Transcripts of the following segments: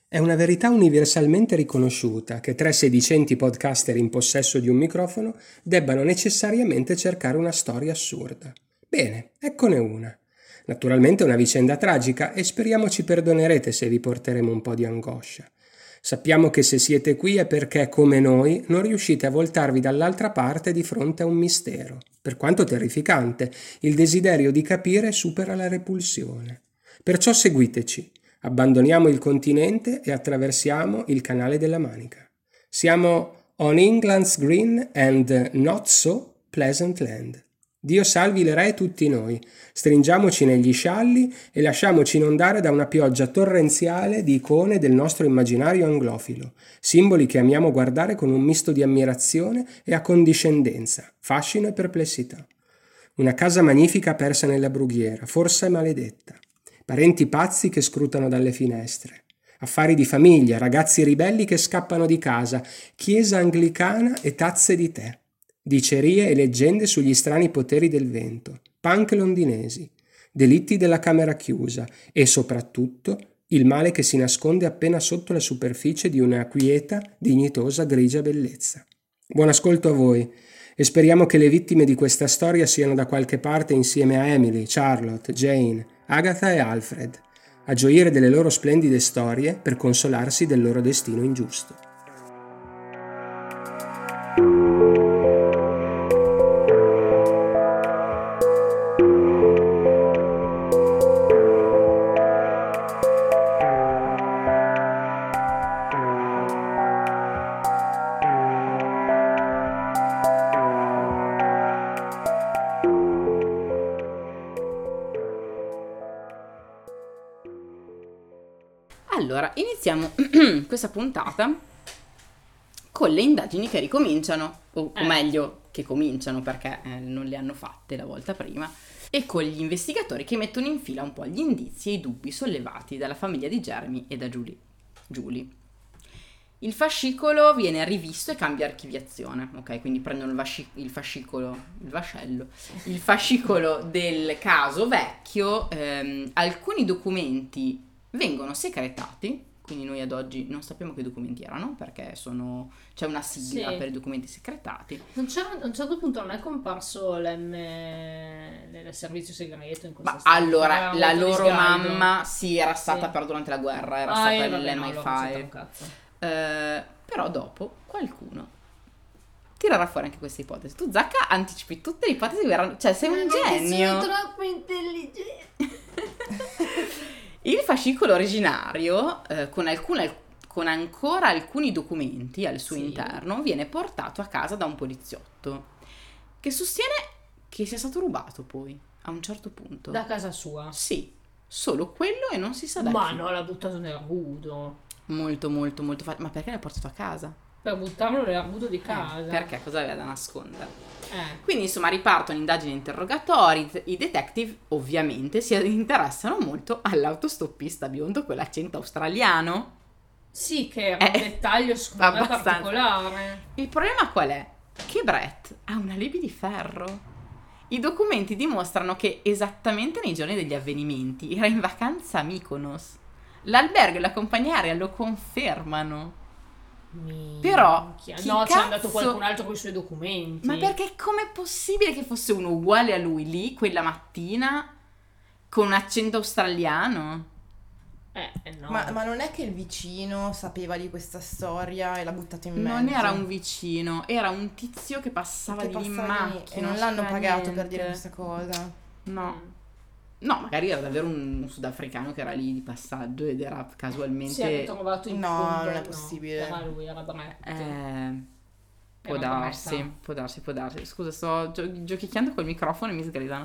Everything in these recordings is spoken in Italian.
È una verità universalmente riconosciuta che 3 sedicenti podcaster in possesso di un microfono debbano necessariamente cercare una storia assurda. Bene, eccone una. Naturalmente è una vicenda tragica e speriamo ci perdonerete se vi porteremo un po' di angoscia. Sappiamo che se siete qui è perché, come noi, non riuscite a voltarvi dall'altra parte di fronte a un mistero. Per quanto terrificante, il desiderio di capire supera la repulsione. Perciò seguiteci. Abbandoniamo il continente e attraversiamo il canale della Manica. Siamo on England's green and not so pleasant land. Dio salvi le re e tutti noi. Stringiamoci negli scialli e lasciamoci inondare da una pioggia torrenziale di icone del nostro immaginario anglofilo, simboli che amiamo guardare con un misto di ammirazione e accondiscendenza, fascino e perplessità. Una casa magnifica persa nella brughiera, forse maledetta. Parenti pazzi che scrutano dalle finestre, affari di famiglia, ragazzi ribelli che scappano di casa, chiesa anglicana e tazze di tè, dicerie e leggende sugli strani poteri del vento, punk londinesi, delitti della camera chiusa e soprattutto il male che si nasconde appena sotto la superficie di una quieta, dignitosa, grigia bellezza. Buon ascolto a voi e speriamo che le vittime di questa storia siano da qualche parte insieme a Emily, Charlotte, Jane, Agatha e Alfred, a gioire delle loro splendide storie per consolarsi del loro destino ingiusto. Allora, iniziamo questa puntata con le indagini che ricominciano, o meglio, che cominciano perché non le hanno fatte la volta prima, e con gli investigatori che mettono in fila un po' gli indizi e i dubbi sollevati dalla famiglia di Jeremy e da Julie. Il fascicolo viene rivisto e cambia archiviazione, ok? Quindi prendono il fascicolo del caso vecchio, alcuni documenti vengono secretati, quindi noi ad oggi non sappiamo che documenti erano perché c'è una sigla per i documenti secretati. A un certo punto non è comparso l'M nel servizio segreto in questa storia? Allora, la loro mamma era stata per durante la guerra, era stata nell'MI5. Però dopo qualcuno tirerà fuori anche questa ipotesi. Tu, Zacca, anticipi tutte le ipotesi, cioè sei un genio. Sono troppo intelligente. Il fascicolo originario, con ancora alcuni documenti al suo interno, viene portato a casa da un poliziotto che sostiene che sia stato rubato poi, a un certo punto. Da casa sua? Sì, solo quello e non si sa da chi. Ma no, l'ha buttato nel rudo. Molto, molto, molto facile. Ma perché l'ha portato a casa? Per buttarlo nel rudo di casa. Perché? Cosa aveva da nascondere? Quindi insomma ripartono indagini e interrogatori. I detective ovviamente si interessano molto all'autostoppista biondo con l'accento australiano. Sì, che è un dettaglio particolare. Il problema qual è? Che Brett ha un alibi di ferro. I documenti dimostrano che esattamente nei giorni degli avvenimenti era in vacanza a Mykonos. L'albergo e la compagnia aerea lo confermano. Però c'è andato qualcun altro con i suoi documenti. Ma perché com'è possibile che fosse uno uguale a lui lì quella mattina con un accento australiano? No. Ma non è che il vicino sapeva di questa storia e l'ha buttato in mezzo? Non era un vicino, era un tizio che passava di in macchina. E non l'hanno pagato per dire questa cosa? No, magari era davvero un sudafricano che era lì di passaggio ed era casualmente... Si è trovato in No, non è possibile. Era lui, era Brett. Può darsi. Scusa, sto giochicchiando col microfono e mi sgridano.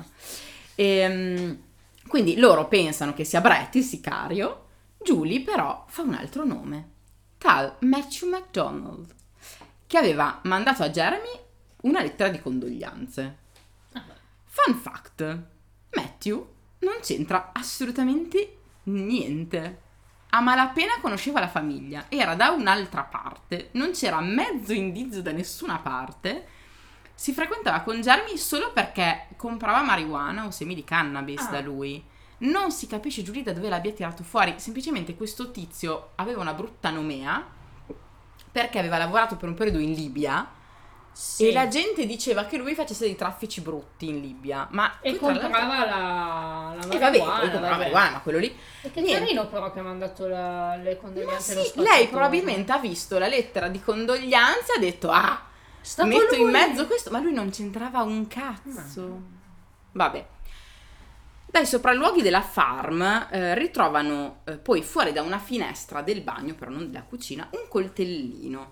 Quindi loro pensano che sia Brett il sicario. Julie però fa un altro nome. Tal Matthew McDonald, che aveva mandato a Jeremy una lettera di condoglianze. Fun fact: Matthew non c'entra assolutamente niente. A malapena conosceva la famiglia, era da un'altra parte, non c'era mezzo indizio da nessuna parte. Si frequentava con Jeremy solo perché comprava marijuana o semi di cannabis da lui, Non si capisce Julie da dove l'abbia tirato fuori, semplicemente questo tizio aveva una brutta nomea perché aveva lavorato per un periodo in Libia. Sì. E la gente diceva che lui facesse dei traffici brutti in Libia, ma e comprava la marijuana, ma quello lì. E che carino però che ha mandato le condoglianze. Sì, lei probabilmente ha visto la lettera di condoglianze e ha detto metto in mezzo questo, ma lui non c'entrava un cazzo. Vabbè. Dai sopralluoghi della farm ritrovano poi fuori da una finestra del bagno, però non della cucina, un coltellino.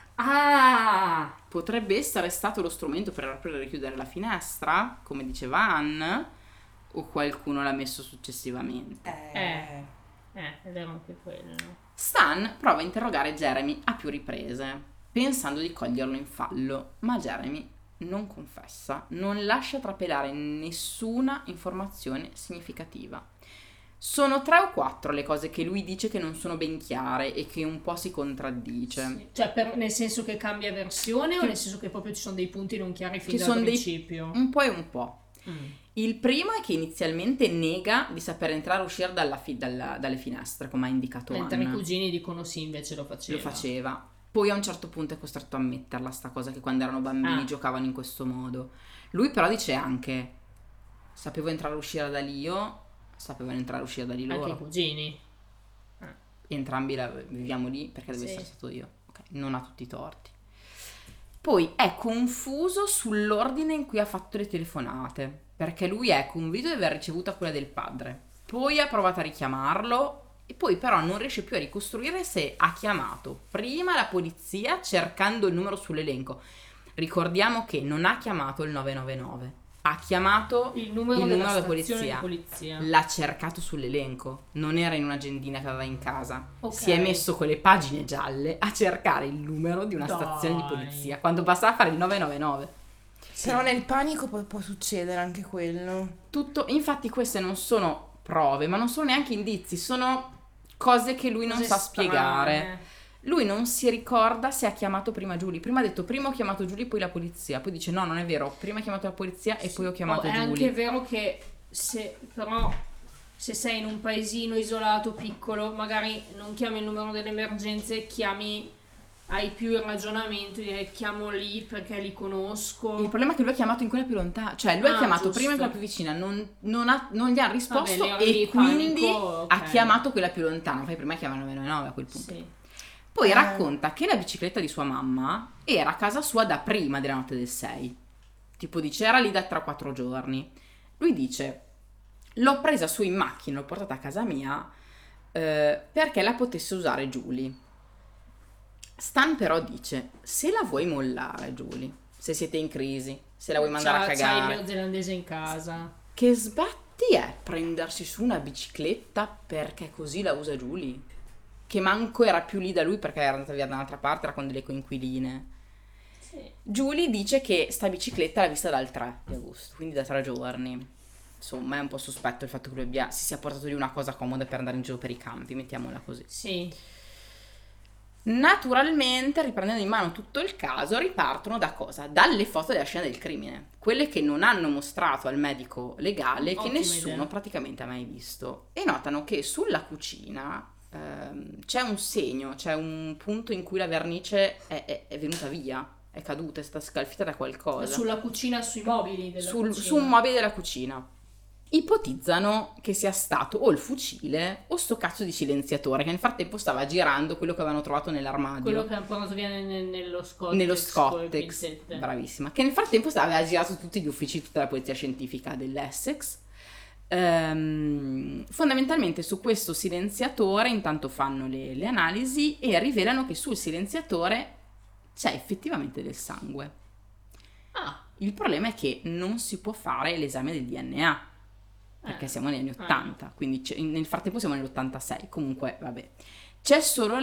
Potrebbe essere stato lo strumento per aprire e richiudere la finestra, come diceva Anne, o qualcuno l'ha messo successivamente. È vero anche quello. Stan prova a interrogare Jeremy a più riprese, pensando di coglierlo in fallo, ma Jeremy non confessa, non lascia trapelare nessuna informazione significativa. Sono 3 o 4 le cose che lui dice che non sono ben chiare e che un po' si contraddice. Sì. Cioè nel senso che cambia versione o nel senso che proprio ci sono dei punti non chiari fin dal principio? Un po' e un po'. Il primo è che inizialmente nega di saper entrare e uscire dalle finestre, come ha indicato mentre Anna. I cugini dicono sì, invece lo faceva. Poi a un certo punto è costretto a ammetterla sta cosa, che quando erano bambini giocavano in questo modo. Lui però dice anche: sapevo entrare e uscire da lì io, sapevano entrare e uscire da lì loro. Anche i cugini. Entrambi viviamo lì perché deve essere stato io. Okay. Non ha tutti i torti. Poi è confuso sull'ordine in cui ha fatto le telefonate, perché lui è convinto di aver ricevuto quella del padre. Poi ha provato a richiamarlo e poi però non riesce più a ricostruire se ha chiamato prima la polizia cercando il numero sull'elenco. Ricordiamo che non ha chiamato il 999. Ha chiamato il numero della polizia. L'ha cercato sull'elenco. Non era in un'agendina che aveva in casa. Si è messo con le pagine gialle a cercare il numero di una stazione di polizia quando bastava fare il 999. Però nel panico può succedere anche quello. Tutto. Infatti queste non sono prove, ma non sono neanche indizi, sono cose che lui non sa spiegare. Lui non si ricorda se ha chiamato prima Julie. Prima ha detto: prima ho chiamato Julie, poi la polizia. Poi dice: no, non è vero, prima ho chiamato la polizia e poi ho chiamato Julie. È anche vero che se sei in un paesino isolato, piccolo, magari non chiami il numero delle emergenze, hai più il ragionamento di dire chiamo lì perché li conosco. Il problema è che lui ha chiamato in quella più lontana, cioè lui ha chiamato prima in quella più vicina, non gli ha risposto e quindi ha chiamato quella più lontana. Poi prima chiama il 999 a quel punto. Sì. Poi racconta che la bicicletta di sua mamma era a casa sua da prima della notte del 6. Tipo dice era lì da 3-4 giorni. Lui dice: l'ho presa su in macchina, l'ho portata a casa mia perché la potesse usare Julie. Stan però dice: se la vuoi mollare Julie, se siete in crisi, se la vuoi mandare a cagare, c'hai il neozelandese in casa, che sbatti è prendersi su una bicicletta perché così la usa Julie, che manco era più lì da lui perché era andata via da un'altra parte, era con delle coinquiline. Julie dice che sta bicicletta l'ha vista dal 3 di agosto, quindi da 3 giorni. Insomma è un po' sospetto il fatto che lui si sia portato lì una cosa comoda per andare in giro per i campi, mettiamola così. Sì. Naturalmente, riprendendo in mano tutto il caso, ripartono da cosa? Dalle foto della scena del crimine, quelle che non hanno mostrato al medico legale, che nessuno praticamente ha mai visto, e notano che sulla cucina c'è un segno, c'è un punto in cui la vernice è venuta via, è caduta, è stata scalfita da qualcosa. Sulla cucina, sui mobili della cucina. Su un mobile della cucina. Ipotizzano che sia stato o il fucile o sto cazzo di silenziatore che nel frattempo stava girando quello che avevano trovato nell'armadio. Quello che hanno portato via nello Scottex. Nello Scottex, bravissima. Che nel frattempo aveva girato tutti gli uffici, tutta la polizia scientifica dell'Essex. Fondamentalmente su questo silenziatore intanto fanno le analisi e rivelano che sul silenziatore c'è effettivamente del sangue. Il problema è che non si può fare l'esame del DNA perché siamo negli anni 80, quindi nel frattempo siamo nell'86, comunque vabbè. C'è solo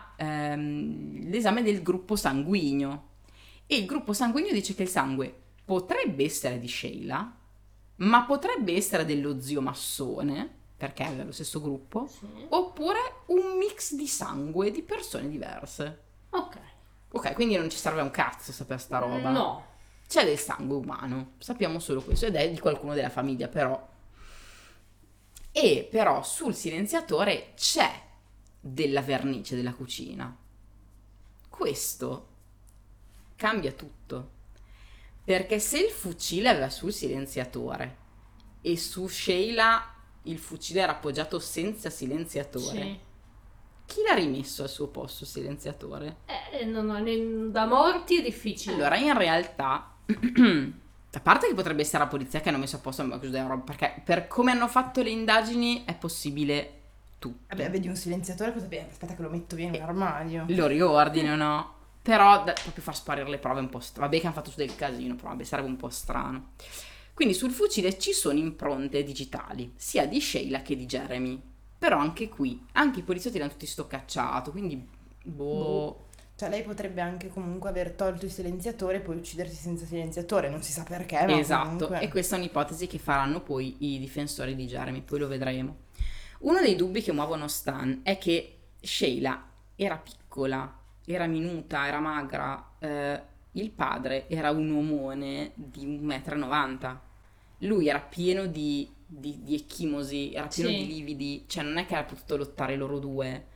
l'esame del gruppo sanguigno e il gruppo sanguigno dice che il sangue potrebbe essere di Sheila, ma potrebbe essere dello zio massone, perché aveva lo stesso gruppo, oppure un mix di sangue di persone diverse. Ok, quindi non ci serve un cazzo sapere sta roba. No. C'è del sangue umano, sappiamo solo questo, ed è di qualcuno della famiglia, però. E però sul silenziatore c'è della vernice della cucina. Questo cambia tutto, perché se il fucile aveva sul silenziatore e su Sheila il fucile era appoggiato senza silenziatore, Sì. chi l'ha rimesso al suo posto silenziatore? Da morti è difficile. Allora, in realtà, a parte che potrebbe essere la polizia che hanno messo a posto la chiusa della roba, perché per come hanno fatto le indagini è possibile tutto. Vabbè, vedi un silenziatore, cosa pensi? Aspetta che lo metto via in un armadio. Lo riordino, no? Però proprio far sparire le prove è un po' strano. Vabbè che hanno fatto su del casino, però vabbè, sarebbe un po' strano. Quindi sul fucile ci sono impronte digitali, sia di Sheila che di Jeremy. Però anche qui, anche i poliziotti l'hanno tutti stoccacciato, quindi Cioè lei potrebbe anche comunque aver tolto il silenziatore e poi uccidersi senza silenziatore, non si sa perché, ma esatto, comunque... e questa è un'ipotesi che faranno poi i difensori di Jeremy, poi lo vedremo. Uno dei dubbi che muovono Stan è che Sheila era piccola, era minuta, era magra, il padre era un uomone di 1,90 m, lui era pieno di ecchimosi, era pieno Sì. di lividi, cioè non è che era potuto lottare loro due.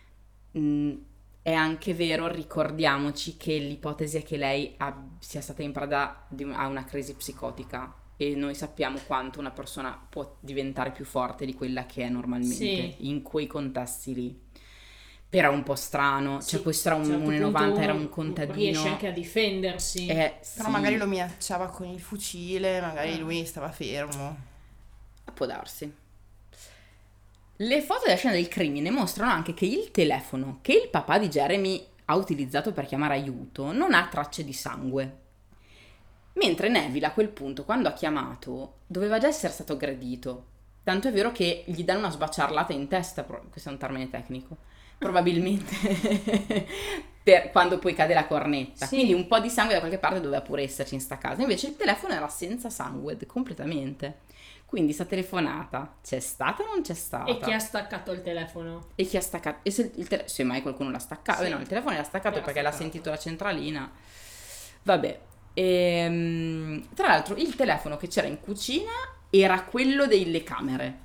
È anche vero, ricordiamoci che l'ipotesi è che lei sia stata in preda a una crisi psicotica e noi sappiamo quanto una persona può diventare più forte di quella che è normalmente Sì. in quei contesti lì. Però è un po' strano, Sì, cioè questo era un certo 1,90 m, punto era uno un contadino. riesce anche a difendersi. Però Sì, magari lo minacciava con il fucile, magari lui stava fermo. può darsi. Le foto della scena del crimine mostrano anche che il telefono che il papà di Jeremy ha utilizzato per chiamare aiuto non ha tracce di sangue. Mentre Neville a quel punto, quando ha chiamato, doveva già essere stato aggredito. Tanto è vero che gli danno una sbacciarlata in testa, questo è un termine tecnico, probabilmente quando poi cade la cornetta. Sì. Quindi un po' di sangue da qualche parte doveva pure esserci in sta casa. Invece il telefono era senza sangue, completamente. Quindi sta telefonata c'è stata o non c'è stata? E chi ha staccato il telefono? E chi ha staccato? E se mai qualcuno l'ha staccato? Sì. No, il telefono l'ha staccato Era perché l'ha staccato. sentito la centralina. Vabbè. Tra l'altro il telefono che c'era in cucina era quello delle camere.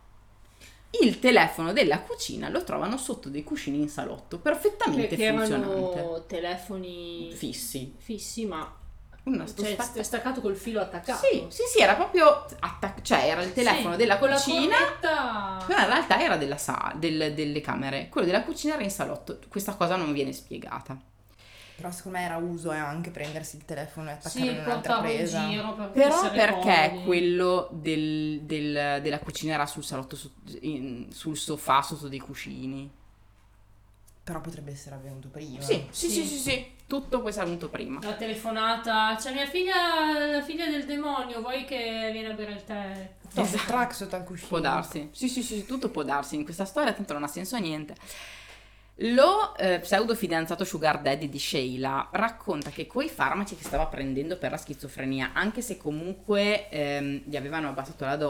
Il telefono della cucina lo trovano sotto dei cuscini in salotto, perfettamente Perché funzionante. erano telefoni Fissi. ma Una cioè, è staccato col filo attaccato. Sì, era proprio cioè era il telefono Sì, della con la cucina. cornetta. Però in realtà era delle camere. Quello della cucina era in salotto. Questa cosa non viene spiegata. Però secondo me era uso anche prendersi il telefono e Sì, attaccarlo in un'altra portavo in presa. giro per Però essere perché comodi. quello della cucina era sul salotto, sul sofà sotto dei cuscini? Però potrebbe essere avvenuto prima. Sì. Tutto poi è venuto prima. La telefonata, c'è mia figlia, la figlia del demonio, vuoi che viene a bere il tè? Il track sotto al cuscino. Può darsi. Sì, tutto può darsi. In questa storia tanto non ha senso a niente. Lo pseudo fidanzato sugar daddy di Sheila racconta che quei farmaci che stava prendendo per la schizofrenia, anche se comunque le avevano abbassato la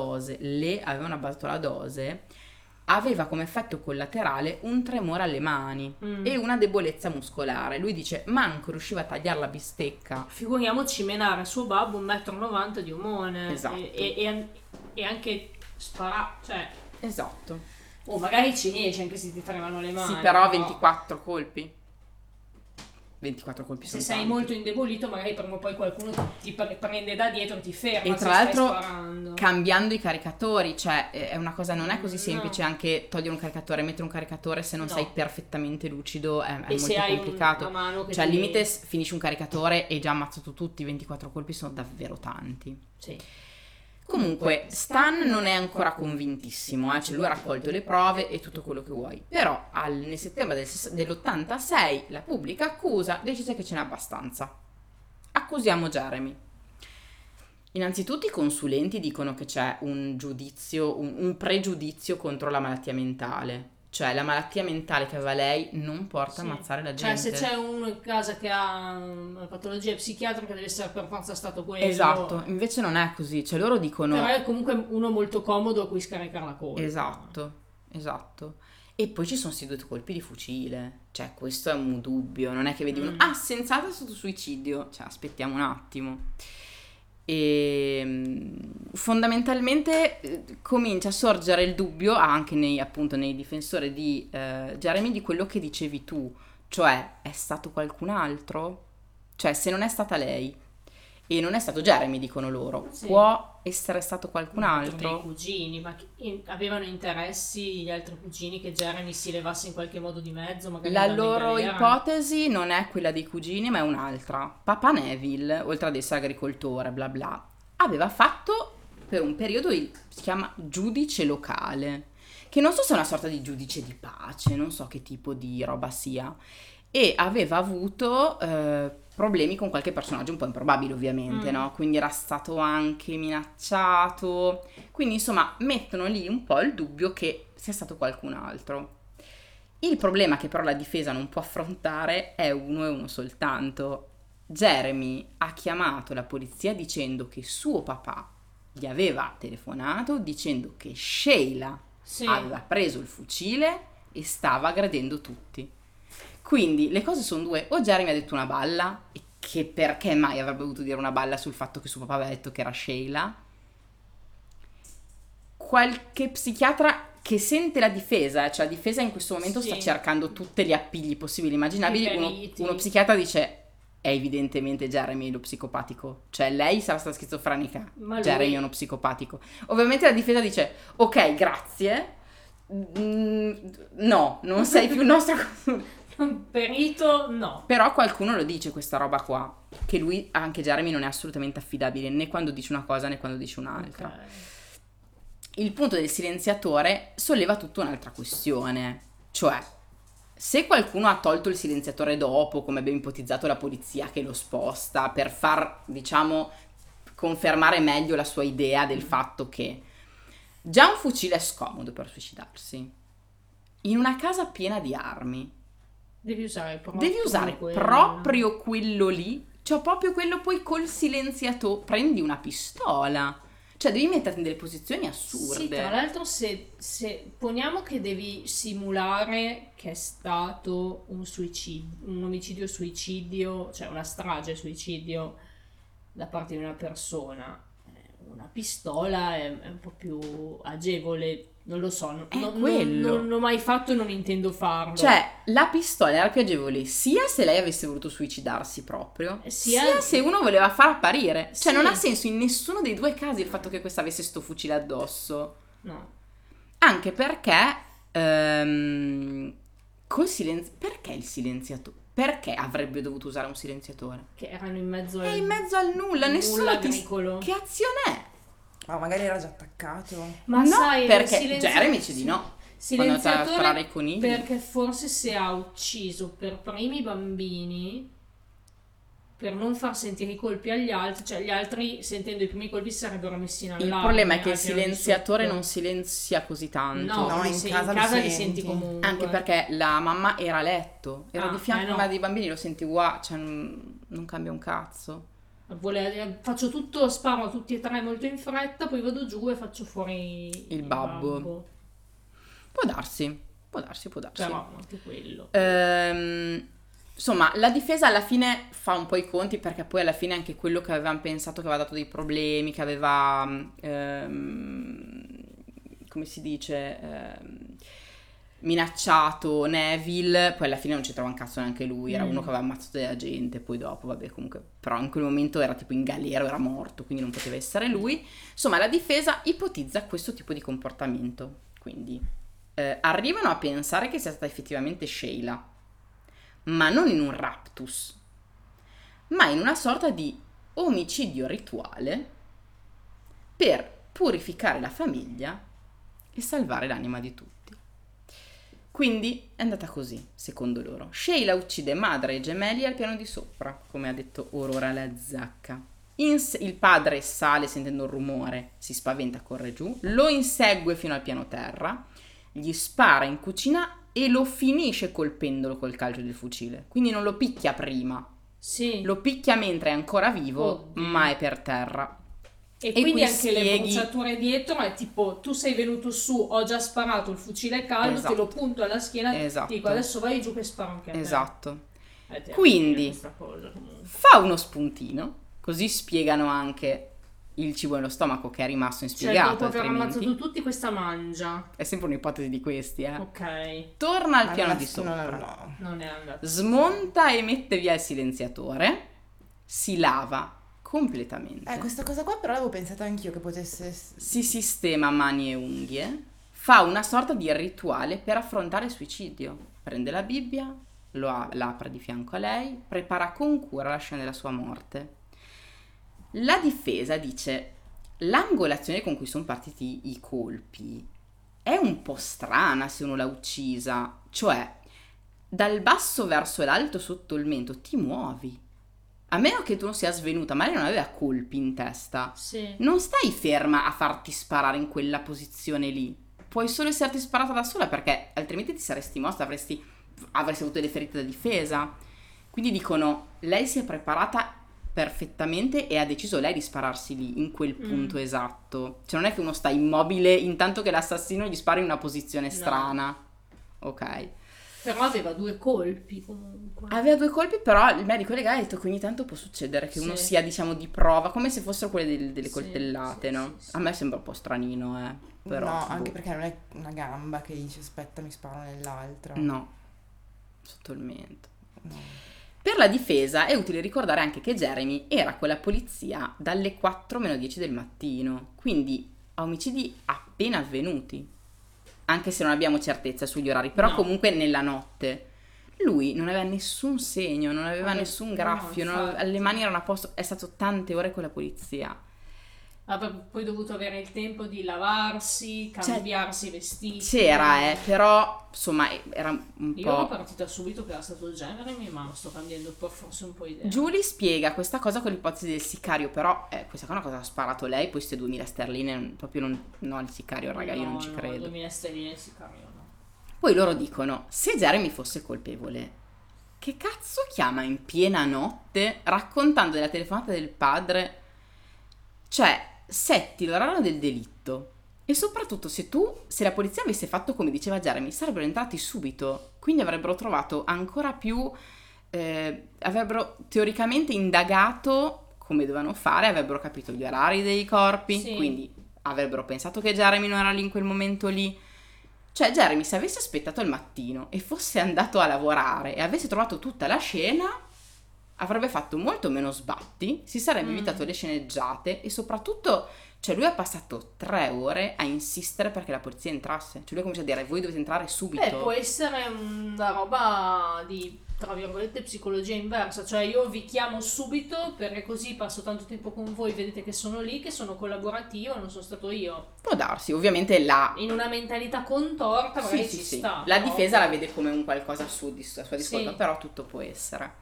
dose, aveva come effetto collaterale un tremore alle mani e una debolezza muscolare. Lui dice manco riusciva a tagliare la bistecca. Figuriamoci menare suo babbo 1,90 m di omone. Esatto. E anche cioè, Esatto. o magari ci riesce anche se ti tremano le mani. Sì, però 24 colpi. 24 colpi Se sono sei tanti. molto indebolito, magari prima o poi qualcuno ti prende da dietro e ti ferma. E tra se stai l'altro sparando. cambiando i caricatori, cioè è una cosa, non è così No. semplice anche togliere un caricatore e mettere un caricatore se non No. sei perfettamente lucido, è E se molto hai complicato. una mano che Cioè al ti- limite finisci un caricatore e già ammazzato tutti, 24 colpi sono davvero tanti. Sì. Comunque Stan non è ancora convintissimo, cioè lui ha raccolto le prove e tutto quello che vuoi, però nel settembre dell'86 la pubblica accusa decise che ce n'è abbastanza. Accusiamo Jeremy. Innanzitutto i consulenti dicono che c'è un giudizio, un pregiudizio contro la malattia mentale, cioè la malattia mentale che aveva lei non porta a ammazzare la Cioè, gente. se c'è uno in casa che ha una patologia psichiatrica, deve essere per forza stato quello. Esatto, invece non è così, cioè loro dicono... Però è comunque uno molto comodo a cui scaricare la colpa. Esatto. E poi ci sono questi 2 colpi di fucile, cioè questo è un dubbio, non è che vedi uno, senz'altro è stato suicidio, cioè aspettiamo un attimo. e fondamentalmente comincia a sorgere il dubbio anche nei difensori di Jeremy di quello che dicevi tu, cioè è stato qualcun altro? Cioè se non è stata lei e non è stato Jeremy, dicono loro, Sì. può essere stato qualcun dei altro? cugini, ma avevano interessi gli altri cugini che Jeremy si levasse in qualche modo di mezzo, magari La andando in loro galera? ipotesi non è quella dei cugini, ma è un'altra. Papa Neville, oltre ad essere agricoltore, bla bla, aveva fatto per un periodo si chiama giudice locale, che non so se è una sorta di giudice di pace, non so che tipo di roba sia, e aveva avuto problemi con qualche personaggio un po' improbabile, ovviamente, no? Quindi era stato anche minacciato, quindi insomma mettono lì un po' il dubbio che sia stato qualcun altro. Il problema che però la difesa non può affrontare è uno e uno soltanto. Jeremy ha chiamato la polizia dicendo che suo papà gli aveva telefonato dicendo che Sheila Sì. aveva preso il fucile e stava aggredendo tutti. Quindi le cose sono due: o Jeremy ha detto una balla, e che perché mai avrebbe dovuto dire una balla sul fatto che suo papà aveva detto che era Sheila. Qualche psichiatra che sente la difesa, cioè la difesa in questo momento Sì. sta cercando tutti gli appigli possibili e immaginabili. I Uno, feriti. uno psichiatra dice: è evidentemente Jeremy lo psicopatico, cioè lei sarà stata schizofrenica, Ma lui- Jeremy è uno psicopatico. Ovviamente la difesa dice: ok, grazie, no, non sei più il nostro Perito, no. però qualcuno lo dice questa roba qua, che lui, anche Jeremy, non è assolutamente affidabile né quando dice una cosa né quando dice un'altra. Ok. Il punto del silenziatore solleva tutta un'altra questione, cioè se qualcuno ha tolto il silenziatore dopo, come abbiamo ipotizzato la polizia che lo sposta per far, diciamo, confermare meglio la sua idea del fatto che già un fucile è scomodo per suicidarsi, in una casa piena di armi Devi usare quello. proprio quello lì, cioè proprio quello, poi col silenziatore prendi una pistola, cioè devi metterti in delle posizioni assurde. Sì, tra l'altro se poniamo che devi simulare che è stato un omicidio-suicidio, cioè una strage-suicidio da parte di una persona, una pistola è un po' più agevole, non lo so, quello. non l'ho mai fatto e non intendo farlo. Cioè, la pistola era più agevole sia se lei avesse voluto suicidarsi proprio, sia se uno voleva far apparire. Cioè, Sì. non ha senso in nessuno dei due casi il fatto che questa avesse sto fucile addosso. No. Anche perché col silenzio, perché il silenziatore? Perché avrebbe dovuto usare un silenziatore? Che erano in mezzo È in mezzo al nulla, nessuno ti... agricolo. Che azione è? Ma magari era già attaccato. Ma no, sai, perché silenzio- Jeremy dice di no. Quando andava a sparare i conigli. Perché forse se ha ucciso per primi i bambini, per non far sentire i colpi agli altri, cioè gli altri sentendo i primi colpi si sarebbero messi in allarme. Il problema è che il al piano di silenziatore sotto. non silenzia così tanto. No, No, in in casa lo li senti senti. comunque. Anche perché la mamma era a letto, era Ah, di fianco a no. una dei bambini, lo senti uguale, cioè non cambia un cazzo. Faccio tutto, sparo a tutti e tre molto in fretta, poi vado giù e faccio fuori Il babbo. Può darsi. Però anche quello. Insomma, la difesa alla fine fa un po' i conti, perché poi alla fine anche quello che avevamo pensato che aveva dato dei problemi, che aveva, come si dice, minacciato Neville, poi alla fine non ci trova un cazzo neanche lui, era uno che aveva ammazzato della gente, poi dopo, vabbè, comunque, però in quel momento era tipo in galera, era morto, quindi non poteva essere lui. Insomma, la difesa ipotizza questo tipo di comportamento, quindi arrivano a pensare che sia stata effettivamente Sheila, ma non in un raptus, ma in una sorta di omicidio rituale per purificare la famiglia e salvare l'anima di tutti. Quindi è andata così, secondo loro. Sheila uccide madre e gemelli al piano di sopra, come ha detto Aurora la zacca. Il padre sale sentendo il rumore, si spaventa, corre giù, lo insegue fino al piano terra, gli spara in cucina e lo finisce colpendolo col calcio del fucile. Quindi non lo picchia prima, Sì. lo picchia mentre è ancora vivo, Oddio. ma è per terra. E qui quindi anche le spieghi- bruciature dietro è tipo, tu sei venuto su, ho già sparato, il fucile è caldo, Esatto. te lo punto alla schiena, Esatto. ti dico adesso vai giù che sparo anche a te. Esatto. Te Quindi- questa cosa, comunque. Fa uno spuntino, così spiegano anche il cibo nello stomaco che è rimasto Cioè, inspiegato, dopo aver altrimenti ammazzato tutti, questa mangia. è sempre un'ipotesi di questi, Ok. Torna al Ma piano non di è- sopra, no. Non è andato. smonta e mette via il silenziatore, si lava completamente, Questa cosa qua però l'avevo pensata anch'io che potesse... si sistema mani e unghie, fa una sorta di rituale per affrontare il suicidio. Prende la Bibbia, l'apre di fianco a lei, prepara con cura la scena della sua morte. La difesa dice: l'angolazione con cui sono partiti i colpi è un po' strana se uno l'ha uccisa, cioè dal basso verso l'alto sotto il mento ti muovi. A meno che tu non sia svenuta, ma lei non aveva colpi in testa. Sì. Non stai ferma a farti sparare in quella posizione lì. Puoi solo esserti sparata da sola, perché altrimenti ti saresti mossa, avresti avuto delle ferite da difesa. Quindi dicono, lei si è preparata perfettamente e ha deciso lei di spararsi lì, in quel punto esatto. Cioè non è che uno sta immobile intanto che l'assassino gli spara in una posizione strana. Ok. Però aveva 2 colpi comunque. Aveva 2 colpi, però il medico legale ha detto che ogni tanto può succedere che uno Sì. sia, diciamo, di prova, come se fossero quelle delle Sì, coltellate, sì, no? sì. A me sembra un po' stranino, però. no, boh. anche perché non è una gamba che dice aspetta mi sparo nell'altra. No, sotto il mento. No. Per la difesa è utile ricordare anche che Jeremy era con la polizia dalle 4 meno 10 del mattino, quindi a omicidi appena avvenuti, anche se non abbiamo certezza sugli orari, però No. comunque nella notte. Lui non aveva nessun segno, non aveva Vabbè, nessun no, graffio, infatti. le mani erano a posto, è stato tante ore con la polizia. Avrebbe poi dovuto avere il tempo di lavarsi, cambiarsi i vestiti. C'era, però insomma era un Io ero po'... partita subito che era stato Jeremy, ma sto cambiando forse un po' idea. Julie spiega questa cosa con l'ipotesi del sicario, però questa qua è una cosa che ha sparato lei, poi queste 2000 sterline proprio non... No, il sicario, raga, io non ci No, credo. 2000 sterline sicario, no. Poi loro dicono, se Jeremy fosse colpevole, che cazzo chiama in piena notte raccontando della telefonata del padre? Cioè, setti l'orario del delitto. E soprattutto se la polizia avesse fatto come diceva Jeremy, sarebbero entrati subito, quindi avrebbero trovato ancora più, avrebbero teoricamente indagato come dovevano fare, avrebbero capito gli orari dei corpi, Sì. quindi avrebbero pensato che Jeremy non era lì in quel momento lì. Cioè Jeremy, se avesse aspettato il mattino e fosse andato a lavorare e avesse trovato tutta la scena, avrebbe fatto molto meno sbatti, si sarebbe evitato le sceneggiate e soprattutto, cioè lui ha passato 3 ore a insistere perché la polizia entrasse. Cioè lui comincia a dire, voi dovete entrare subito. Può essere una roba di, tra virgolette, psicologia inversa, cioè io vi chiamo subito perché così passo tanto tempo con voi, vedete che sono lì, che sono collaborativo, non sono stato io. Può darsi, ovviamente In una mentalità contorta magari ci sta. La però- difesa la vede come un qualcosa a sua discolpa, Sì. però tutto può essere.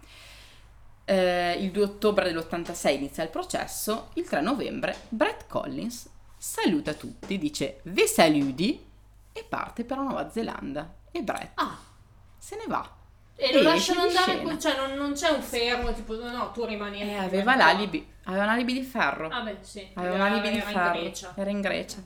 Il 2 ottobre dell'86 inizia il processo, il 3 novembre Brett Collins saluta tutti, dice "Ve saluti" e parte per la Nuova Zelanda e Brett Ah, se ne va. e lo esce lasciano di andare, scena. cioè non c'è un fermo, tipo no, tu rimani. Aveva un alibi di ferro. Ah beh, sì. Aveva un alibi di era in ferro. Grecia. Era in Grecia.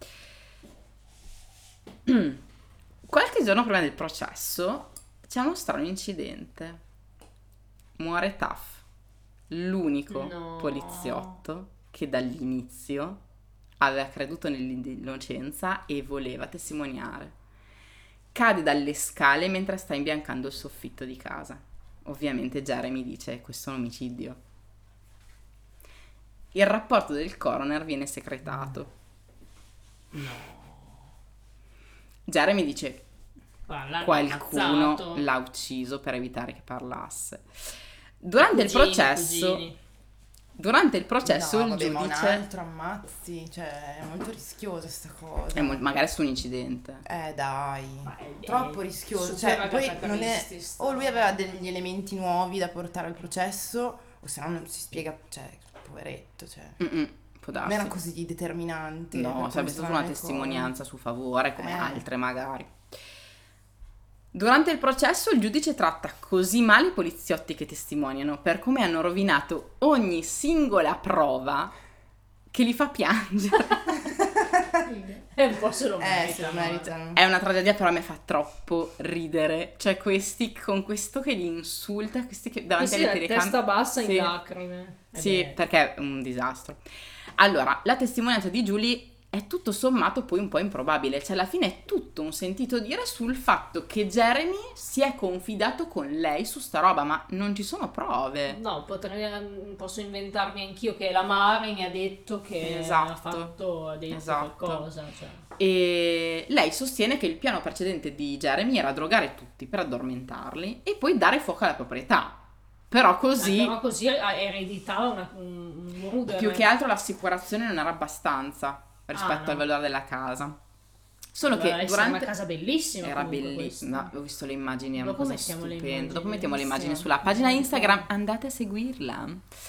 Qualche giorno prima del processo c'è uno strano incidente. Muore Taff, l'unico No. poliziotto che dall'inizio aveva creduto nell'innocenza e voleva testimoniare. Cade dalle scale mentre sta imbiancando il soffitto di casa. Ovviamente Jeremy dice questo è un omicidio. Il rapporto del coroner viene secretato. Jeremy dice L'hanno qualcuno ammazzato. l'ha ucciso per evitare che parlasse. Durante il processo No, il vabbè, ma un giudice altro ammazzi, cioè è molto rischiosa sta cosa. magari su un incidente. Dai, Ma è troppo rischioso. super Cioè, poi Agatha non è. Christie sta O lui aveva degli elementi nuovi da portare al processo, o se no non si spiega. Cioè, poveretto, cioè. Può Non darsi. era così determinante. per No, come sarebbe stata stavano una le cose. testimonianza su favore, come Eh. altre magari. Durante il processo il giudice tratta così male i poliziotti che testimoniano per come hanno rovinato ogni singola prova che li fa piangere. E un po' se lo Se lo meritano. meritano. È una tragedia, però a me fa troppo ridere. Cioè questi con questo che li insulta, questi che davanti Sì, alle la telecamere. testa bassa Sì. in lacrime. Sì, perché è un disastro. Allora, la testimonianza di Julie è tutto sommato poi un po' improbabile, cioè alla fine è tutto un sentito dire sul fatto che Jeremy si è confidato con lei su sta roba, ma non ci sono prove. No, posso inventarmi anch'io che la Mari mi ha detto che ha detto qualcosa. Cioè. E lei sostiene che il piano precedente di Jeremy era drogare tutti per addormentarli e poi dare fuoco alla proprietà. Però così ereditava un rudere. Più che altro l'assicurazione non era abbastanza rispetto al valore della casa. Solo che durante una casa bellissima. Era bellissima. Ho visto le immagini, era una cosa stupenda. Dopo mettiamo le immagini bellissime. sulla pagina Instagram, andate a seguirla.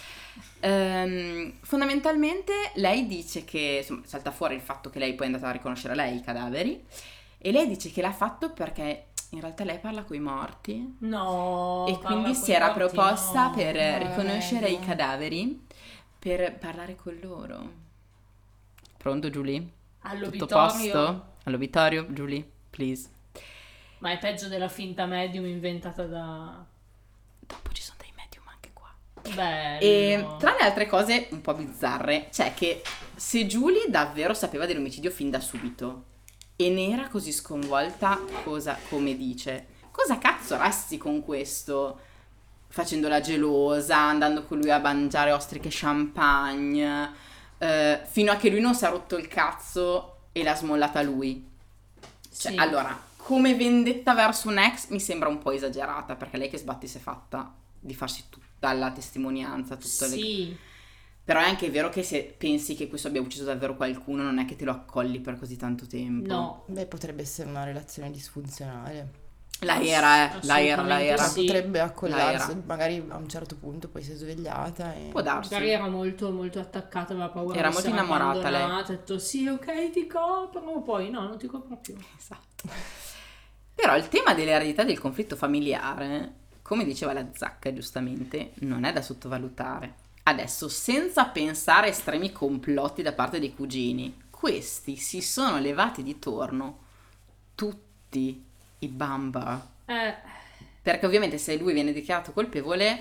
Fondamentalmente lei dice che, insomma, salta fuori il fatto che lei poi è andata a riconoscere lei i cadaveri e lei dice che l'ha fatto perché in realtà lei parla coi morti. No. E quindi si era proposta per no, riconoscere no. i cadaveri, per parlare con loro. Pronto, Giulia? Tutto posto? All'obitorio, Giulia, please. Ma è peggio della finta medium inventata da... Dopo ci sono dei medium anche qua. Bello. E tra le altre cose un po' bizzarre, c'è che se Julie davvero sapeva dell'omicidio fin da subito e ne era così sconvolta, come dice, cosa cazzo resti con questo? Facendola gelosa, andando con lui a mangiare ostriche champagne, fino a che lui non si è rotto il cazzo e l'ha smollata lui. Cioè, Sì. allora, come vendetta verso un ex mi sembra un po' esagerata, perché lei che sbatti si è fatta di farsi tutta la testimonianza, Sì. Però è anche vero che se pensi che questo abbia ucciso davvero qualcuno, non è che te lo accolli per così tanto tempo. No. Beh, potrebbe essere una relazione disfunzionale. La era. Sì. Potrebbe accollarsi, Era. magari a un certo punto poi si è svegliata e... Può darsi. Magari era molto molto attaccata, aveva paura Era di molto essere innamorata lei. abbandonata, ha detto sì, ok, ti coprono, poi no, non ti coprono più. Esatto. Però il tema dell'eredità del conflitto familiare, come diceva la Zacca giustamente, non è da sottovalutare. Adesso, senza pensare a estremi complotti da parte dei cugini, questi si sono levati di torno tutti i Bamba. Perché ovviamente se lui viene dichiarato colpevole,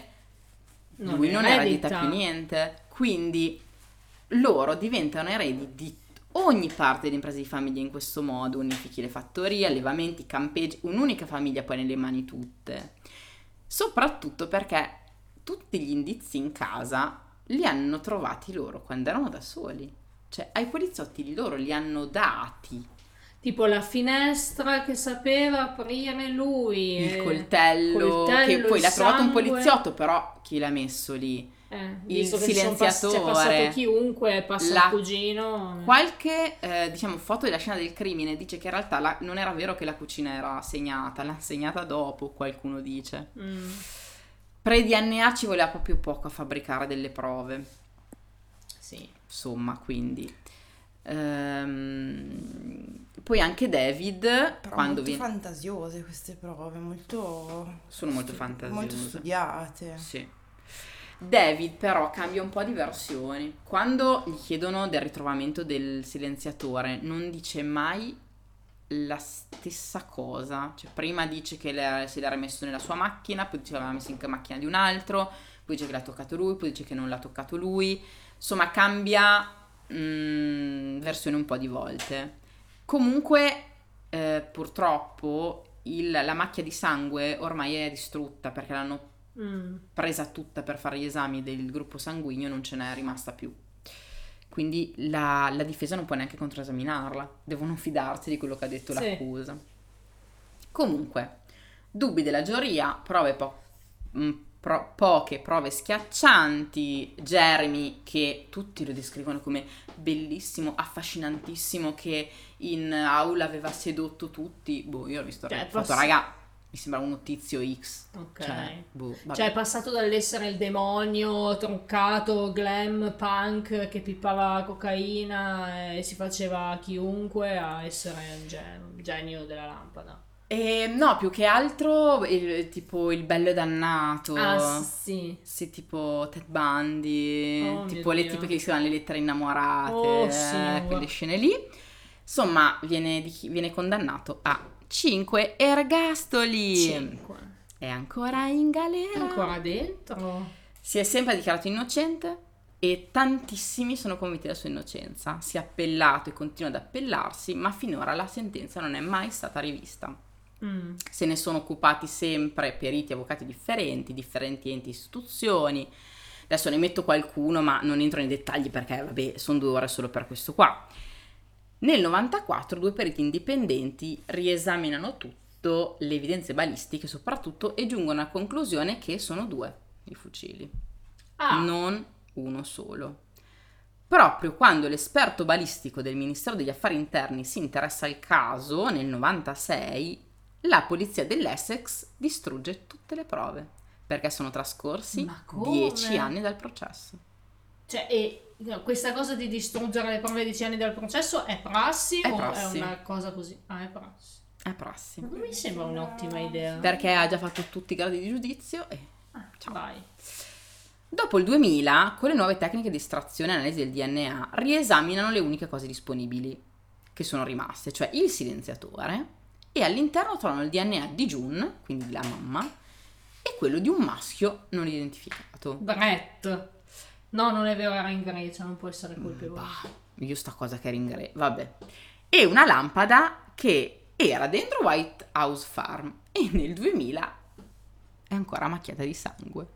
lui non eredita più niente. Quindi loro diventano eredi di ogni parte dell'impresa di famiglia in questo modo, unifichi le fattorie, allevamenti, campeggi, un'unica famiglia poi nelle mani tutte. Soprattutto perché tutti gli indizi in casa li hanno trovati loro quando erano da soli. Cioè, ai poliziotti loro li hanno dati. Tipo la finestra che sapeva aprire lui. Il coltello, che poi il l'ha trovato un sangue. poliziotto, però chi l'ha messo lì? Il Visto che c'è silenziatore. passato chiunque, passa il cugino. Qualche foto della scena del crimine dice che in realtà non era vero che la cucina era segnata, l'ha segnata dopo, qualcuno dice. Pre-DNA ci voleva proprio poco a fabbricare delle prove. Sì. Insomma, quindi poi anche David, Però quando molto fantasiose queste prove, sono molto fantasiose, molto studiate. sì. David però cambia un po' di versioni. Quando gli chiedono del ritrovamento del silenziatore non dice mai la stessa cosa. Cioè, prima dice che se l'era messo nella sua macchina, poi dice che l'aveva messo in macchina di un altro, poi dice che l'ha toccato lui, poi dice che non l'ha toccato lui. Insomma, cambia versione un po' di volte. Comunque purtroppo la macchia di sangue ormai è distrutta perché l'hanno presa tutta per fare gli esami del gruppo sanguigno, non ce n'è rimasta più. Quindi la difesa non può neanche controesaminarla, devono fidarsi di quello che ha detto l'accusa. Comunque, dubbi della giuria, poche prove schiaccianti. Jeremy, che tutti lo descrivono come bellissimo, affascinantissimo, che in aula aveva sedotto tutti. Io l'ho visto, raga, mi sembra uno tizio X. Ok. Vabbè. Cioè è passato dall'essere il demonio truccato, glam, punk, che pippava cocaina e si faceva chiunque, a essere un genio della lampada. No, più che altro tipo il bello e dannato. Sì. Sì, tipo Ted Bundy, tipo le Dio. tipe che scrivono le lettere innamorate, quelle scene lì. Insomma, viene condannato a 5 ergastoli. 5. È ancora in galera. Ancora dentro. Si è sempre dichiarato innocente e tantissimi sono convinti della sua innocenza. Si è appellato e continua ad appellarsi, ma finora la sentenza non è mai stata rivista. Se ne sono occupati sempre periti e avvocati differenti enti e istituzioni. Adesso ne metto qualcuno, ma non entro nei dettagli perché, vabbè, sono 2 ore solo per questo qua. Nel 94 2 periti indipendenti riesaminano tutto, le evidenze balistiche soprattutto, e giungono alla conclusione che sono 2 i fucili, non uno solo. Proprio quando l'esperto balistico del Ministero degli Affari Interni si interessa al caso, nel 96, la polizia dell'Essex distrugge tutte le prove, perché sono trascorsi 10 anni dal processo. Cioè, e questa cosa di distruggere le prove 10 anni dal processo è prassi o prassi. è una cosa così? È prassi. È prassi. Non mi sembra un'ottima idea. Perché ha già fatto tutti i gradi di giudizio e ciao. Vai. Dopo il 2000, con le nuove tecniche di estrazione e analisi del DNA, riesaminano le uniche cose disponibili che sono rimaste, cioè il silenziatore, e all'interno trovano il DNA di June, quindi della mamma, e quello di un maschio non identificato. Brett. No, non è vero, era in Grecia, non può essere colpevole. Io sta cosa che era in Grecia, vabbè. E una lampada che era dentro White House Farm e nel 2000 è ancora macchiata di sangue.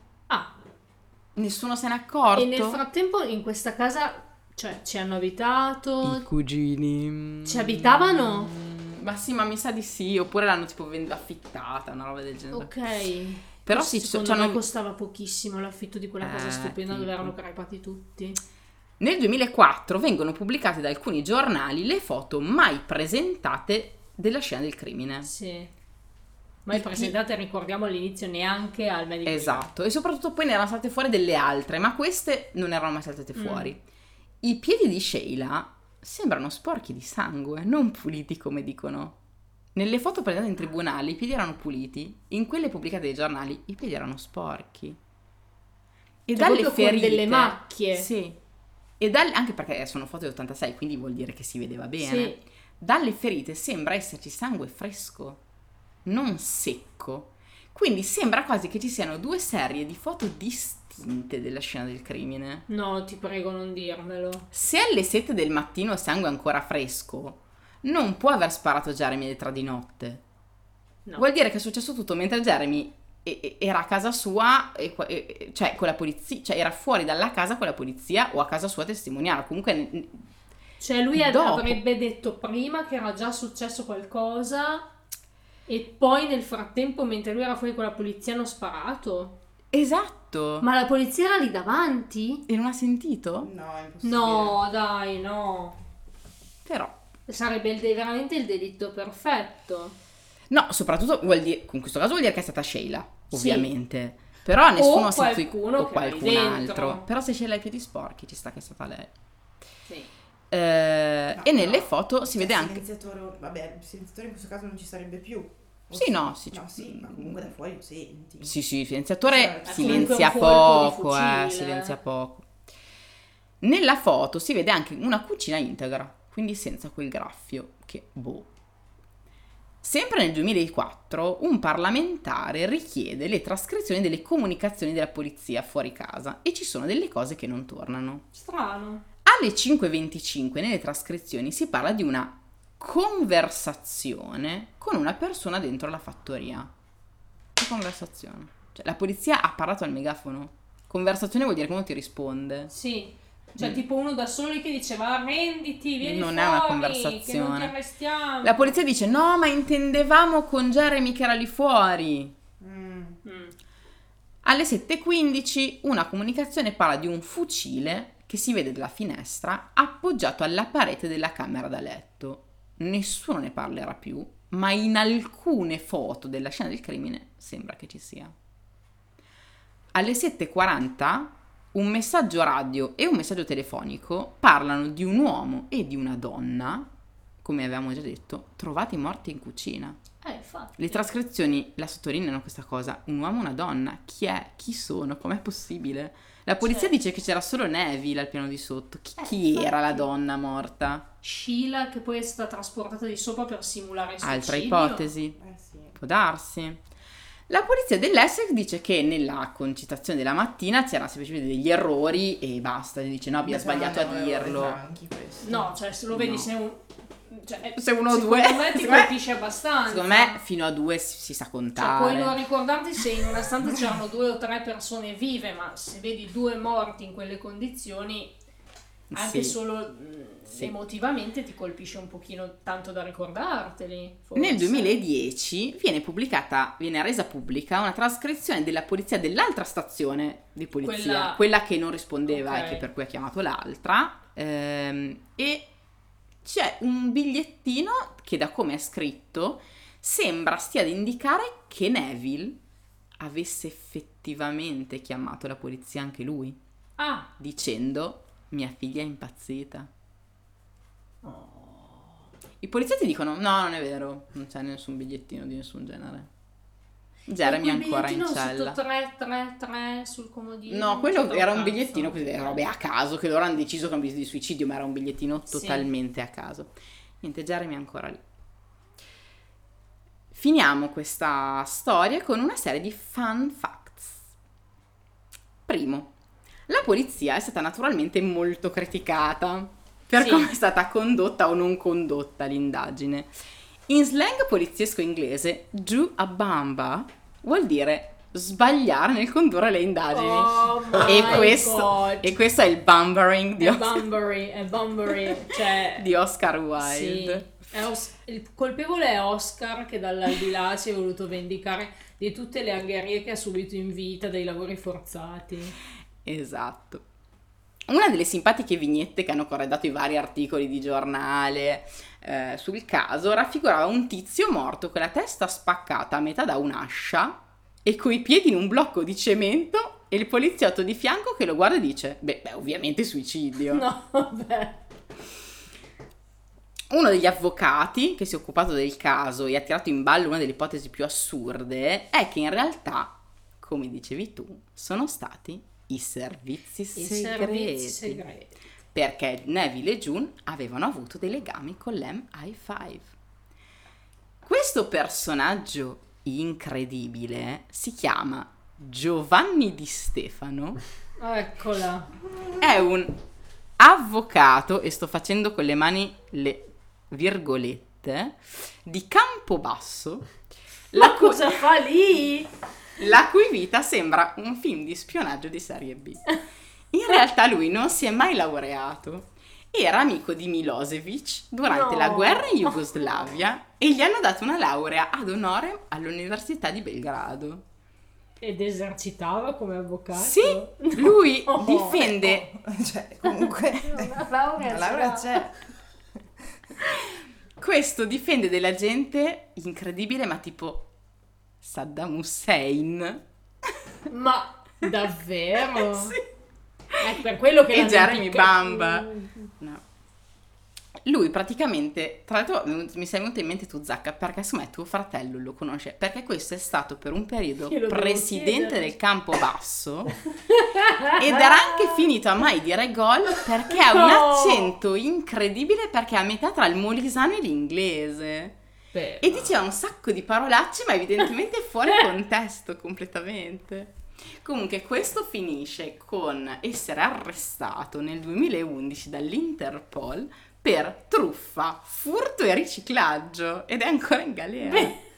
Nessuno se n'è accorto. E nel frattempo in questa casa, cioè, ci hanno abitato? I cugini. Ci abitavano? Ma sì, ma mi sa di sì, oppure l'hanno tipo affittata, una roba del genere. Ok. Però sì, secondo me costava pochissimo l'affitto di quella casa stupenda tipo. dove erano crepati tutti. Nel 2004 vengono pubblicate da alcuni giornali le foto mai presentate della scena del crimine. Sì. Mai presentate, ricordiamo, all'inizio neanche al medico. Esatto, e soprattutto poi ne erano state fuori delle altre, ma queste non erano mai saltate fuori. I piedi di Sheila sembrano sporchi di sangue, non puliti come dicono. Nelle foto presentate in tribunale i piedi erano puliti, in quelle pubblicate dai giornali i piedi erano sporchi. E cioè, dalle ferite, con delle macchie. Sì. E anche perché sono foto del 86, quindi vuol dire che si vedeva bene. Sì. Dalle ferite sembra esserci sangue fresco, non secco. Quindi sembra quasi che ci siano 2 serie di foto distinte della scena del crimine. No, ti prego, non dirmelo. Se alle 7 del mattino il sangue è ancora fresco, non può aver sparato Jeremy alle 3 di notte. No. Vuol dire che è successo tutto mentre Jeremy era a casa sua, cioè con la polizia, cioè era fuori dalla casa con la polizia o a casa sua a testimoniare. Comunque, cioè lui dopo. avrebbe detto prima che era già successo qualcosa e poi nel frattempo, mentre lui era fuori con la polizia, hanno sparato. Esatto. Ma la polizia era lì davanti? E non ha sentito? No, è impossibile. No, dai, no. Però Sarebbe veramente il delitto perfetto. no, soprattutto vuol dire, in questo caso vuol dire che è stata Sheila, Sì. ovviamente. Però nessuno O si qualcuno o che era lì qualcun altro. dentro. Però se Sheila ha i piedi sporchi, ci sta che è stata lei. Sì. E nelle foto si vede anche. Vabbè, il silenziatore in questo caso non ci sarebbe più. Sì, no, sì. No, sì, ma comunque da fuori lo senti. Sì, il silenziatore Cioè, silenzia comunque un colpo di poco, fucile. silenzia poco. Nella foto si vede anche una cucina integra, quindi senza quel graffio che Sempre nel 2004 un parlamentare richiede le trascrizioni delle comunicazioni della polizia fuori casa e ci sono delle cose che non tornano. Strano. Alle 5:25 nelle trascrizioni si parla di una conversazione con una persona dentro la fattoria. Che conversazione? Cioè, la polizia ha parlato al megafono. Conversazione vuol dire che uno ti risponde. Sì. Cioè tipo uno da solo che diceva arrenditi, vieni Non fuori, è una che non conversazione. ti arrestiamo. La polizia dice no, ma intendevamo con Jeremy che era lì fuori. Alle 7:15 una comunicazione parla di un fucile che si vede dalla finestra appoggiato alla parete della camera da letto. Nessuno ne parlerà più, ma in alcune foto della scena del crimine sembra che ci sia. Alle 7:40 un messaggio radio e un messaggio telefonico parlano di un uomo e di una donna, come avevamo già detto, trovati morti in cucina. Infatti. Le trascrizioni la sottolineano questa cosa. Un uomo e una donna. Chi è? Chi sono? Com'è possibile? La polizia dice che c'era solo Neville al piano di sotto. Chi era la donna morta? Sheila, che poi è stata trasportata di sopra per simulare il suicidio. Altra ipotesi. Sì. Può darsi. La polizia dell'Essex dice che nella concitazione della mattina c'erano semplicemente degli errori e basta. Dice no, abbiamo sbagliato a dirlo. No, cioè se lo vedi No. se uno o due, secondo me ti secondo me- colpisce abbastanza. Secondo me fino a 2 si sa Cioè, contare. poi non ricordarti se in una stanza c'erano 2 o 3 persone vive, ma se vedi 2 morti in quelle condizioni, anche Sì. solo Sì. emotivamente ti colpisce un pochino tanto da ricordarteli. Forse. Nel 2010 viene resa pubblica una trascrizione della polizia dell'altra stazione di polizia, quella che non rispondeva Ok. e che per cui ha chiamato l'altra, e c'è un bigliettino che, da come è scritto, sembra stia ad indicare che Neville avesse effettivamente chiamato la polizia anche lui, Ah, dicendo mia figlia è impazzita. Oh. I poliziotti dicono no, non è vero, non c'è nessun bigliettino di nessun genere. Jeremy è ancora in cella. Sotto 3 sul comodino. No, quello sotto era il un cazzo. bigliettino così, robe a caso, che loro hanno deciso che è un bigliettino di suicidio, ma era un bigliettino Sì. totalmente a caso. Niente, Jeremy è ancora lì. Finiamo questa storia con una serie di fun facts. Primo, la polizia è stata naturalmente molto criticata per Sì. come è stata condotta o non condotta l'indagine. In slang poliziesco inglese, giù a bamba vuol dire sbagliare nel condurre le indagini. Oh e, my questo, God. e questo è il bumbering di, È Bunbury, cioè... di Oscar Wilde. Sì. Il colpevole è Oscar, che dall'aldilà si è voluto vendicare di tutte le angherie che ha subito in vita, dei lavori forzati. Esatto. Una delle simpatiche vignette che hanno corredato i vari articoli di giornale sul caso raffigurava un tizio morto con la testa spaccata a metà da un'ascia e coi piedi in un blocco di cemento e il poliziotto di fianco che lo guarda e dice beh ovviamente suicidio. No, vabbè. Uno degli avvocati che si è occupato del caso e ha tirato in ballo una delle ipotesi più assurde è che in realtà, come dicevi tu, sono stati i servizi segreti. Perché Neville e June avevano avuto dei legami con l'MI5. Questo personaggio incredibile si chiama Giovanni Di Stefano. Eccola. È un avvocato, e sto facendo con le mani le virgolette, di Campobasso, Ma cosa fa lì? la cui vita sembra un film di spionaggio di serie B. In realtà lui non si è mai laureato. Era amico di Milosevic durante la guerra in Jugoslavia e gli hanno dato una laurea ad honorem all'Università di Belgrado. Ed esercitava come avvocato? Sì, lui Oh, difende... Cioè, comunque, Una laurea la laurea c'è. Questo difende della gente incredibile, ma tipo Saddam Hussein. Ma davvero? Sì. È per quello che E l'hanno Jeremy impiccato. Bamba. No. Lui praticamente, tra l'altro mi sei venuto in mente tu, Zacca, perché secondo me tuo fratello lo conosce, perché questo è stato per un periodo Io lo devo presidente chiedere. del Campobasso ed era anche finito a mai dire gol perché ha un No. accento incredibile, perché è a metà tra il molisano e l'inglese. Beh, E diceva un sacco di parolacce, ma evidentemente fuori contesto completamente. Comunque questo finisce con essere arrestato nel 2011 dall'Interpol per truffa, furto e riciclaggio ed è ancora in galera.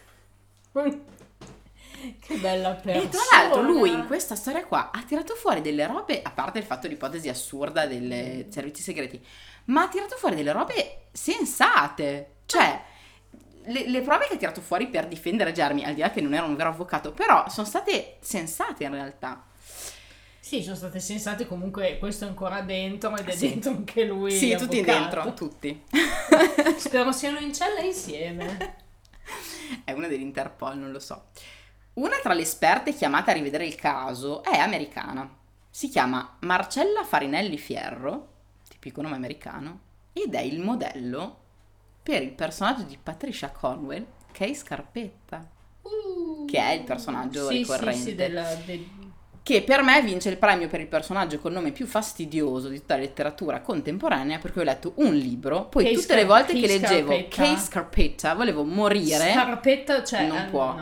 che bella persona. E tra l'altro lui in questa storia qua ha tirato fuori delle robe, a parte il fatto l'ipotesi assurda dei servizi segreti, ma ha tirato fuori delle robe sensate. Cioè, le prove che ha tirato fuori per difendere Jeremy, al di là che non era un vero avvocato, però sono state sensate in realtà. Sì, sono state sensate, comunque questo è ancora dentro ed è Sì. dentro anche lui. Sì, tutti avvocato. dentro, tutti. Spero siano in cella insieme. È una dell'Interpol, non lo so. Una tra le esperte chiamate a rivedere il caso è americana. Si chiama Marcella Farinelli Fierro, tipico nome americano, ed è il modello per il personaggio di Patricia Cornwell, Kay Scarpetta, che è il personaggio ricorrente. Che per me vince il premio per il personaggio col nome più fastidioso di tutta la letteratura contemporanea, perché ho letto un libro, poi Kay tutte le volte che Kay leggevo Scarpetta. Kay Scarpetta volevo morire. Scarpetta, cioè... Non può. No.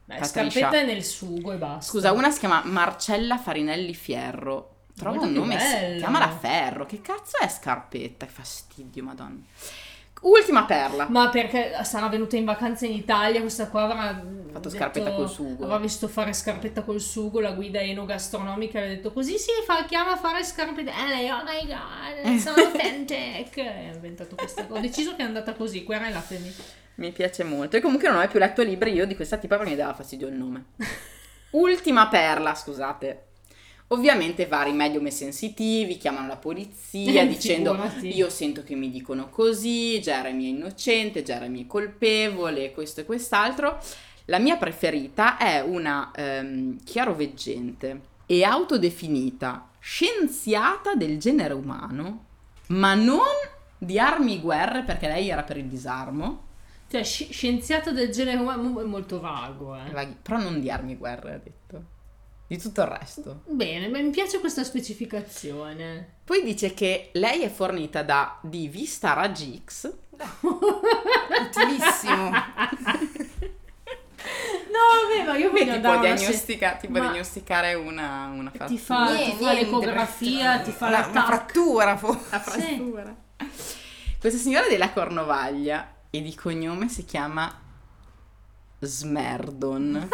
Beh, Patricia. scarpetta è nel sugo e basta. Scusa, una si chiama Marcella Farinelli Fierro. Trova Molto un più nome, bello. chiamala Ferro. Che cazzo è scarpetta? Che fastidio, madonna. Ultima perla. Ma perché sarà venuta in vacanza in Italia, questa qua avrà Fatto scarpetta col sugo. Avrà visto fare scarpetta col sugo, la guida enogastronomica aveva detto così si chiama fare scarpetta. Oh my god, sono authentic. E ha inventato questa cosa. Ho deciso che è andata così, querelatemi. Mi piace molto. E comunque non ho mai più letto libri io di questa tipa perché mi dava fastidio il nome. Ultima perla, scusate. Ovviamente vari medium e sensitivi chiamano la polizia dicendo Figurati. io sento che mi dicono così, Jeremy è innocente, Jeremy è colpevole, questo e quest'altro. La mia preferita è una chiaroveggente e autodefinita scienziata del genere umano, ma non di armi e guerre perché lei era per il disarmo. Cioè, scienziata del genere umano è molto vago, Però non di armi e guerre, ha detto. Di tutto il resto. Bene, ma mi piace questa specificazione. Poi dice che lei è fornita di vista raggi X. Utilissimo. No, vabbè, ma io voglio Ti andare può a una diagnosticare una frattura. ti fa l'ecografia, ti fa una l'attacco. frattura. Una frattura. Questa signora della Cornovaglia e di cognome si chiama Smerdon.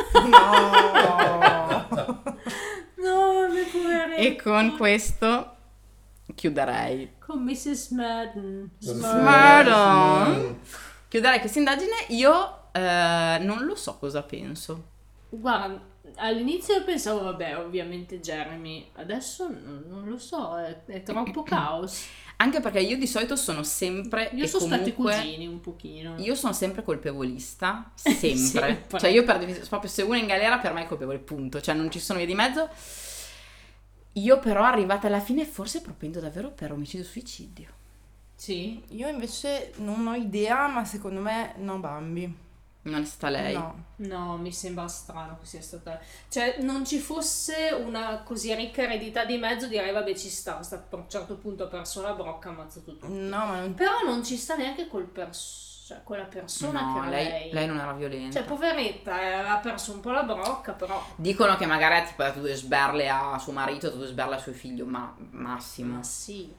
No. No, vabbè, poveretta. E con questo chiuderei. Con Mrs. Madden. Smerdon. Chiuderei questa indagine. Io non lo so cosa penso. Guarda, all'inizio pensavo, vabbè, ovviamente Jeremy. Adesso non lo so, è troppo caos. Anche perché io di solito sono sempre Io e sono stati comunque cugini un pochino. io sono sempre colpevolista, sempre. Sempre. Cioè io proprio se uno è in galera per me è colpevole, punto. Cioè non ci sono vie di mezzo. Io però arrivata alla fine forse propendo davvero per omicidio-suicidio. Sì? Io invece non ho idea, ma secondo me no, Bambi. Non è stata lei. No. No, mi sembra strano che sia stata... Cioè, non ci fosse una così ricca eredità di mezzo, direi, vabbè, ci sta. A un certo punto ha perso la brocca, ha ammazzato tutto. No, ma non... Però non ci sta neanche cioè, quella persona No, che era lei non era violenta. Cioè, poveretta, aveva perso un po' la brocca, però... Dicono che magari ha tipo dato due sberle a suo marito, due sberle a suo figlio, ma massimo. Ma sì.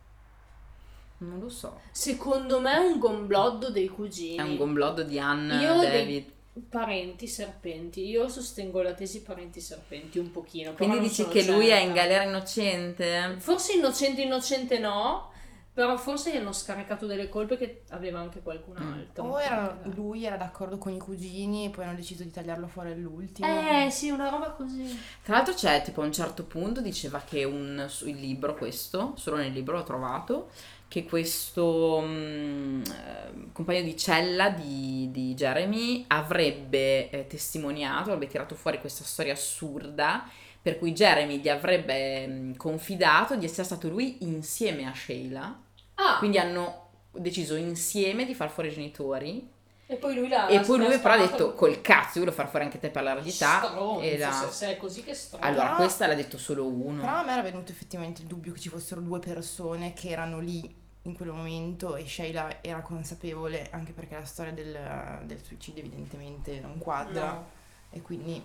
Non lo so. Secondo me è un gombloddo dei cugini. È un gombloddo di Anne Io David. dei parenti serpenti. Io sostengo la tesi parenti serpenti un pochino. però Quindi non dici sono che lui è certa. in galera innocente? Forse innocente no, però forse gli hanno scaricato delle colpe che aveva anche qualcun altro. O lui era d'accordo con i cugini e poi hanno deciso di tagliarlo fuori all'ultimo. Sì, una roba così. Tra l'altro c'è tipo a un certo punto diceva che il libro questo, solo nel libro l'ho trovato, che questo compagno di cella di Jeremy avrebbe testimoniato, avrebbe tirato fuori questa storia assurda per cui Jeremy gli avrebbe confidato di essere stato lui insieme a Sheila, quindi hanno deciso insieme di far fuori i genitori. E poi lui però ha detto col cazzo, io voglio far fuori anche te per l'eredità. Se è così che stronzo. Allora questa l'ha detto solo uno. Però a me era venuto effettivamente il dubbio che ci fossero due persone che erano lì in quel momento e Sheila era consapevole, anche perché la storia del suicidio evidentemente non quadra. No. E quindi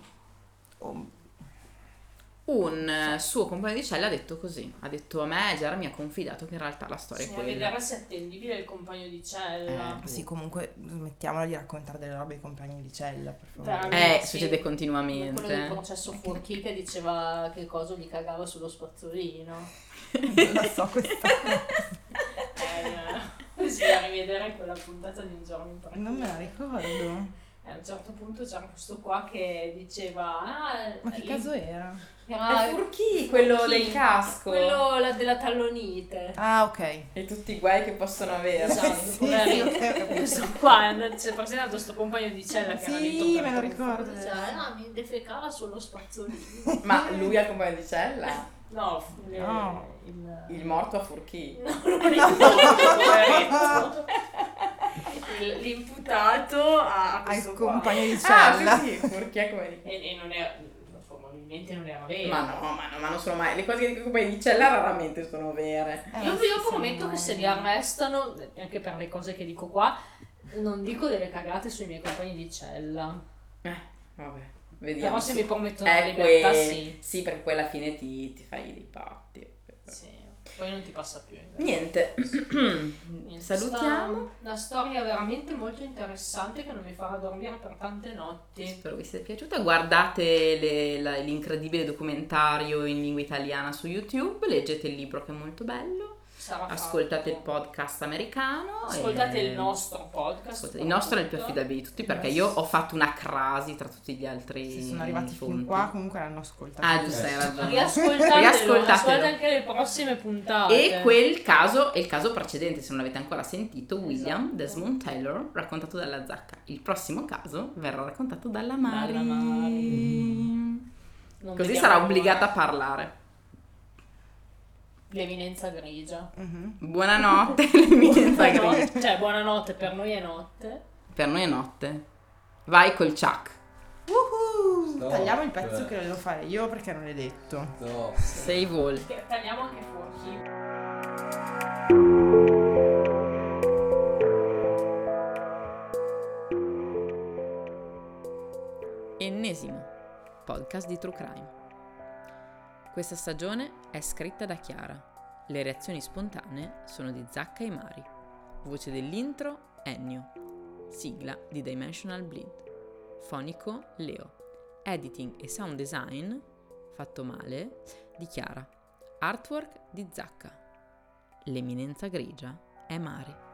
Un suo compagno di cella ha detto così, ha detto a me Jeremy mi ha confidato che in realtà la storia è Bisogna quella. vedere se è attendibile il compagno di cella. sì, comunque smettiamola di raccontare delle robe ai compagni di cella, per favore. Veramente. Succede Quello del continuamente. processo Forchi che diceva che cosa gli cagava sullo spazzolino. Non la so questa. Bisogna rivedere quella puntata di Un giorno in paradiso. Non me la ricordo. A un certo punto c'era questo qua che diceva Ma che caso era? È Furchi, quello del casco. quello della tallonite. Ah, ok. E tutti i guai che possono avere. Esatto, Sì, poverino. sì, ho capito. Questo qua c'è presentato questo compagno di cella che era Sì, lì me lo toccato ricordo. fuori, diceva, no, mi defecava sullo spazzolino. Ma lui al compagno di cella? No, No. Il morto a Furchi. No, non poveretto. L'imputato a Al questo qua. compagno di Ah, cella. sì, Furchi è come E non era, probabilmente non era vero. ma non sono mai. Le cose che dico compagni di cella raramente sono vere. Io prometto che se li arrestano, anche per le cose che dico qua, non dico delle cagate sui miei compagni di cella. Vabbè, vediamo. Però se mi promettono la libertà, sì. Sì, perché poi alla fine ti fai dei patti. Sì, poi non ti passa più. Niente. Salutiamo. Una storia veramente molto interessante che non mi farà dormire per tante notti. Spero vi sia piaciuta. Guardate l'incredibile documentario in lingua italiana su YouTube, leggete il libro che è molto bello. Ascoltate il podcast americano. Ascoltate il nostro podcast. Il nostro è il più affidabile di tutti, perché io ho fatto una crasi tra tutti gli altri. Se sono arrivati fonti. fin qua, comunque l'hanno ascoltato. Ah, giusto, hai ragione. Riascoltatelo, ascoltate anche le prossime puntate. E quel caso è il caso precedente, se non l'avete ancora sentito, William Desmond Taylor, raccontato dalla Zacca. Il prossimo caso verrà raccontato dalla Mari. Così sarà obbligata a parlare. L'eminenza grigia. Buonanotte, l'eminenza grigia. Cioè, buonanotte, per noi è notte. Per noi è notte. Vai col Chuck. Tagliamo il pezzo che lo devo fare io perché non l'hai detto. Sei vol. Tagliamo anche fuori. Ennesimo podcast di True Crime. Questa stagione è scritta da Chiara. Le reazioni spontanee sono di Zacca e Mari. Voce dell'intro Ennio. Sigla di Dimensional Bleed. Fonico Leo. Editing e sound design, fatto male, di Chiara. Artwork di Zacca. L'eminenza grigia è Mari.